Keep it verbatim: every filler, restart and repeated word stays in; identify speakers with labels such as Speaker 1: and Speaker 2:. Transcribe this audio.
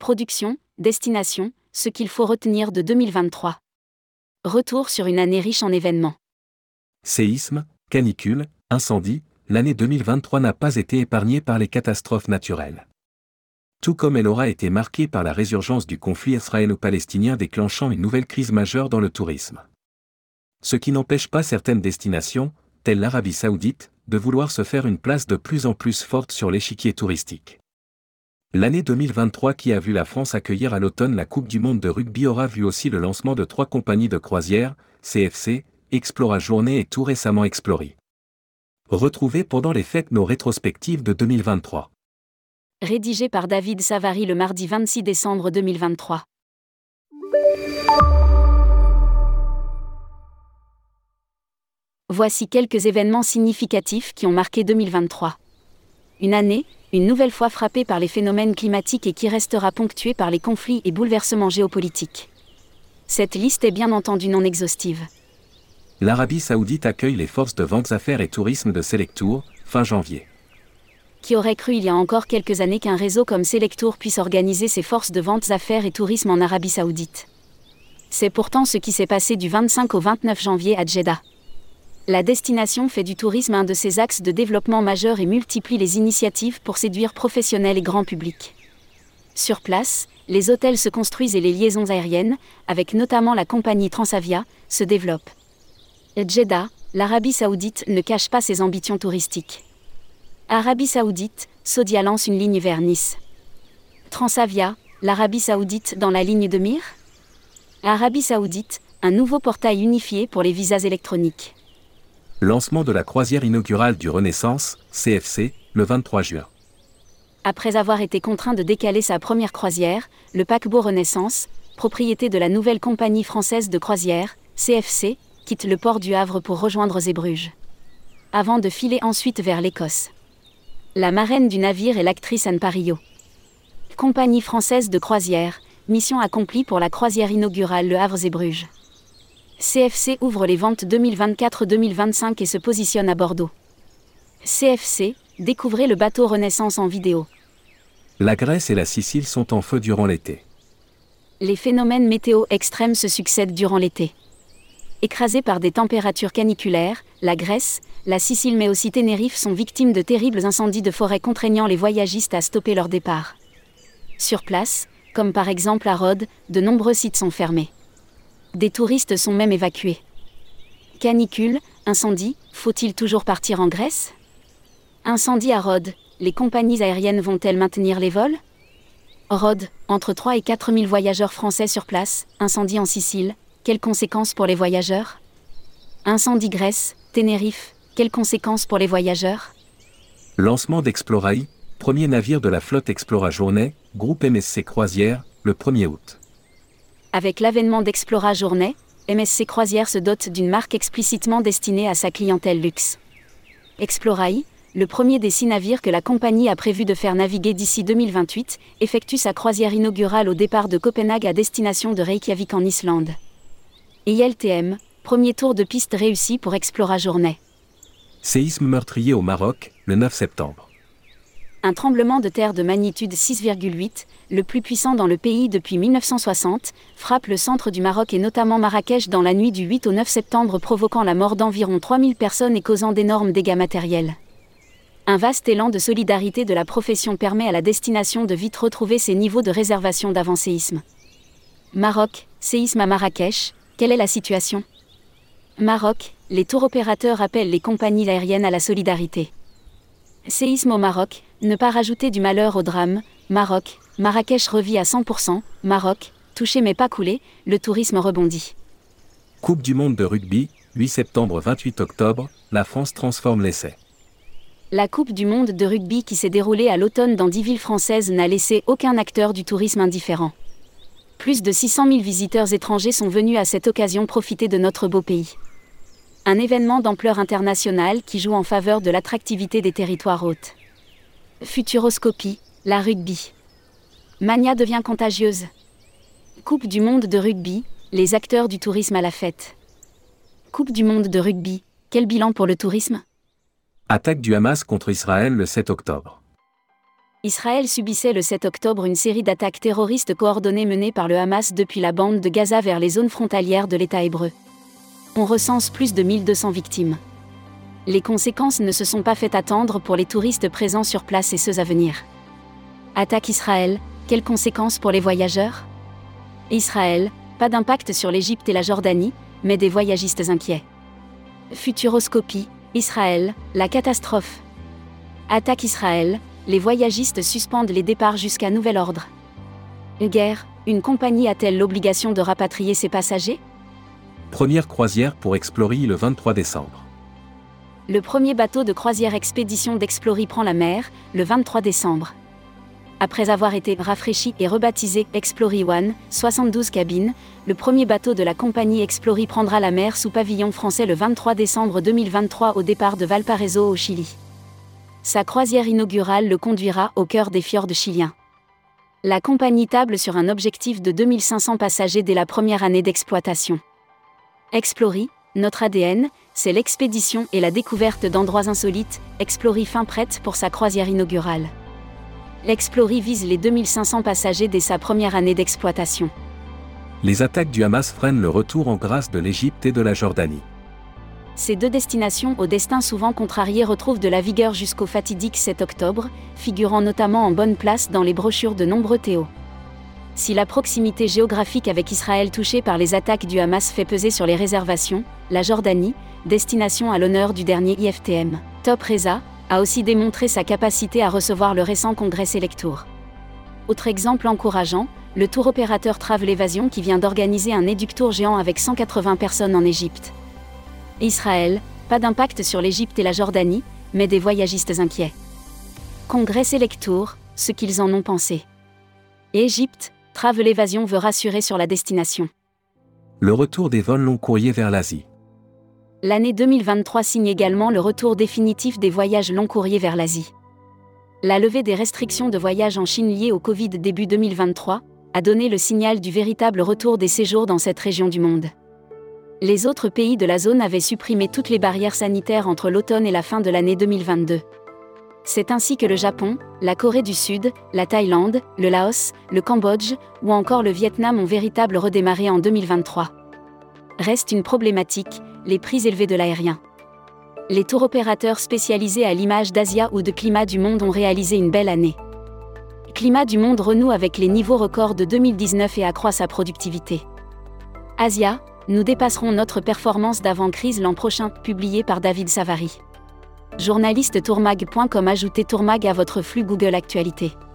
Speaker 1: production, destination, ce qu'il faut retenir de deux mille vingt-trois. Retour sur une année riche en événements.
Speaker 2: Séismes, canicules, incendies, l'année deux mille vingt-trois n'a pas été épargnée par les catastrophes naturelles. Tout comme elle aura été marquée par la résurgence du conflit israélo-palestinien déclenchant une nouvelle crise majeure dans le tourisme. Ce qui n'empêche pas certaines destinations, telles l'Arabie Saoudite, de vouloir se faire une place de plus en plus forte sur l'échiquier touristique. L'année deux mille vingt-trois qui a vu la France accueillir à l'automne la Coupe du Monde de rugby aura vu aussi le lancement de trois compagnies de croisière, C F C, Explora Journée et tout récemment Explori. Retrouvez pendant les fêtes nos rétrospectives de deux mille vingt-trois.
Speaker 1: Rédigé par David Savary le mardi vingt-six décembre deux mille vingt-trois. Voici quelques événements significatifs qui ont marqué deux mille vingt-trois. Une année, une nouvelle fois frappée par les phénomènes climatiques et qui restera ponctuée par les conflits et bouleversements géopolitiques. Cette liste est bien entendu non exhaustive.
Speaker 2: L'Arabie Saoudite accueille les forces de ventes affaires et tourisme de Selectour, fin janvier.
Speaker 1: Qui aurait cru il y a encore quelques années qu'un réseau comme Selectour puisse organiser ses forces de ventes affaires et tourisme en Arabie Saoudite. C'est pourtant ce qui s'est passé du vingt-cinq au vingt-neuf janvier à Djeddah. La destination fait du tourisme un de ses axes de développement majeurs et multiplie les initiatives pour séduire professionnels et grand public. Sur place, les hôtels se construisent et les liaisons aériennes, avec notamment la compagnie Transavia, se développent. Djeddah, l'Arabie Saoudite ne cache pas ses ambitions touristiques. Arabie Saoudite, Saudia lance une ligne vers Nice. Transavia, l'Arabie Saoudite dans la ligne de mire. Arabie Saoudite, un nouveau portail unifié pour les visas électroniques.
Speaker 2: Lancement de la croisière inaugurale du Renaissance, C F C, le vingt-trois juin.
Speaker 1: Après avoir été contraint de décaler sa première croisière, le paquebot Renaissance, propriété de la nouvelle compagnie française de croisière, C F C, quitte le port du Havre pour rejoindre Zeebrugge. Avant de filer ensuite vers l'Écosse. La marraine du navire est l'actrice Anne Parillot. Compagnie française de croisière, mission accomplie pour la croisière inaugurale Le Havre-Zeebrugge. C F C ouvre les ventes deux mille vingt-quatre deux mille vingt-cinq et se positionne à Bordeaux. C F C, découvrez le bateau Renaissance en vidéo.
Speaker 2: La Grèce et la Sicile sont en feu durant l'été.
Speaker 1: Les phénomènes météo extrêmes se succèdent durant l'été. Écrasés par des températures caniculaires, la Grèce, la Sicile mais aussi Tenerife sont victimes de terribles incendies de forêt contraignant les voyagistes à stopper leur départ. Sur place, comme par exemple à Rhodes, de nombreux sites sont fermés. Des touristes sont même évacués. Canicule, incendie, faut-il toujours partir en Grèce ? Incendie à Rhodes, les compagnies aériennes vont-elles maintenir les vols ? Rhodes, entre trois et quatre mille voyageurs français sur place, incendie en Sicile, quelles conséquences pour les voyageurs ? Incendie Grèce, Tenerife, quelles conséquences pour les voyageurs ?
Speaker 2: Lancement d'Exploraï, premier navire de la flotte Explora Journée, groupe M S C Croisière, le premier août.
Speaker 1: Avec l'avènement d'Explora Journée, M S C Croisière se dote d'une marque explicitement destinée à sa clientèle luxe. Exploraï, le premier des six navires que la compagnie a prévu de faire naviguer d'ici deux mille vingt-huit, effectue sa croisière inaugurale au départ de Copenhague à destination de Reykjavik en Islande. I L T M, premier tour de piste réussi pour Explora Journée.
Speaker 2: Séisme meurtrier au Maroc, le neuf septembre.
Speaker 1: Un tremblement de terre de magnitude six virgule huit, le plus puissant dans le pays depuis mille neuf cent soixante, frappe le centre du Maroc et notamment Marrakech dans la nuit du huit au neuf septembre provoquant la mort d'environ trois mille personnes et causant d'énormes dégâts matériels. Un vaste élan de solidarité de la profession permet à la destination de vite retrouver ses niveaux de réservation d'avant-séisme. Maroc, séisme à Marrakech, quelle est la situation ? Maroc, les tours opérateurs appellent les compagnies aériennes à la solidarité. Séisme au Maroc, ne pas rajouter du malheur au drame. Maroc, Marrakech revit à cent pour cent. Maroc, touché mais pas coulé, le tourisme rebondit.
Speaker 2: Coupe du monde de rugby, huit septembre vingt-huit octobre, la France transforme l'essai.
Speaker 1: La Coupe du monde de rugby qui s'est déroulée à l'automne dans dix villes françaises n'a laissé aucun acteur du tourisme indifférent. Plus de six cent mille visiteurs étrangers sont venus à cette occasion profiter de notre beau pays. Un événement d'ampleur internationale qui joue en faveur de l'attractivité des territoires hôtes. Futuroscopie, la rugby. Mania devient contagieuse. Coupe du monde de rugby, les acteurs du tourisme à la fête. Coupe du monde de rugby, quel bilan pour le tourisme ?
Speaker 2: Attaque du Hamas contre Israël le sept octobre.
Speaker 1: Israël subissait le sept octobre une série d'attaques terroristes coordonnées menées par le Hamas depuis la bande de Gaza vers les zones frontalières de l'État hébreu. On recense plus de mille deux cents victimes. Les conséquences ne se sont pas fait attendre pour les touristes présents sur place et ceux à venir. Attaque Israël, quelles conséquences pour les voyageurs ? Israël, pas d'impact sur l'Égypte et la Jordanie, mais des voyagistes inquiets. Futuroscopie, Israël, la catastrophe. Attaque Israël, les voyagistes suspendent les départs jusqu'à nouvel ordre. Guerre, une compagnie a-t-elle l'obligation de rapatrier ses passagers ?
Speaker 2: Première croisière pour Explorie le vingt-trois décembre.
Speaker 1: Le premier bateau de croisière expédition d'Explorie prend la mer, le vingt-trois décembre. Après avoir été rafraîchi et rebaptisé Explorie One, soixante-douze cabines, le premier bateau de la compagnie Explorie prendra la mer sous pavillon français le vingt-trois décembre deux mille vingt-trois au départ de Valparaiso au Chili. Sa croisière inaugurale le conduira au cœur des fjords chiliens. La compagnie table sur un objectif de deux mille cinq cents passagers dès la première année d'exploitation. Explorie, notre A D N, c'est l'expédition et la découverte d'endroits insolites. Explorie fin prête pour sa croisière inaugurale. L'Explorie vise les deux mille cinq cents passagers dès sa première année d'exploitation.
Speaker 2: Les attaques du Hamas freinent le retour en grâce de l'Égypte et de la Jordanie.
Speaker 1: Ces deux destinations au destin souvent contrarié retrouvent de la vigueur jusqu'au fatidique sept octobre, figurant notamment en bonne place dans les brochures de nombreux théos. Si la proximité géographique avec Israël touchée par les attaques du Hamas fait peser sur les réservations, la Jordanie, destination à l'honneur du dernier I F T M, Top Reza, a aussi démontré sa capacité à recevoir le récent congrès Selectour. Autre exemple encourageant, le tour opérateur Travel Evasion qui vient d'organiser un éductour géant avec cent quatre-vingts personnes en Égypte. Israël, pas d'impact sur l'Égypte et la Jordanie, mais des voyagistes inquiets. Congrès Selectour, ce qu'ils en ont pensé. Égypte, Travel Evasion veut rassurer sur la destination.
Speaker 2: Le retour des vols long courriers vers l'Asie.
Speaker 1: L'année deux mille vingt-trois signe également le retour définitif des voyages long courriers vers l'Asie. La levée des restrictions de voyage en Chine liées au Covid début deux mille vingt-trois a donné le signal du véritable retour des séjours dans cette région du monde. Les autres pays de la zone avaient supprimé toutes les barrières sanitaires entre l'automne et la fin de l'année deux mille vingt-deux. C'est ainsi que le Japon, la Corée du Sud, la Thaïlande, le Laos, le Cambodge ou encore le Vietnam ont véritablement redémarré en deux mille vingt-trois. Reste une problématique, les prix élevés de l'aérien. Les tours opérateurs spécialisés à l'image d'Asia ou de Climat du Monde ont réalisé une belle année. Climat du Monde renoue avec les niveaux records de deux mille dix-neuf et accroît sa productivité. Asia, nous dépasserons notre performance d'avant-crise l'an prochain, publié par David Savary. Journaliste tourmag point com. Ajoutez Tourmag à votre flux Google Actualité.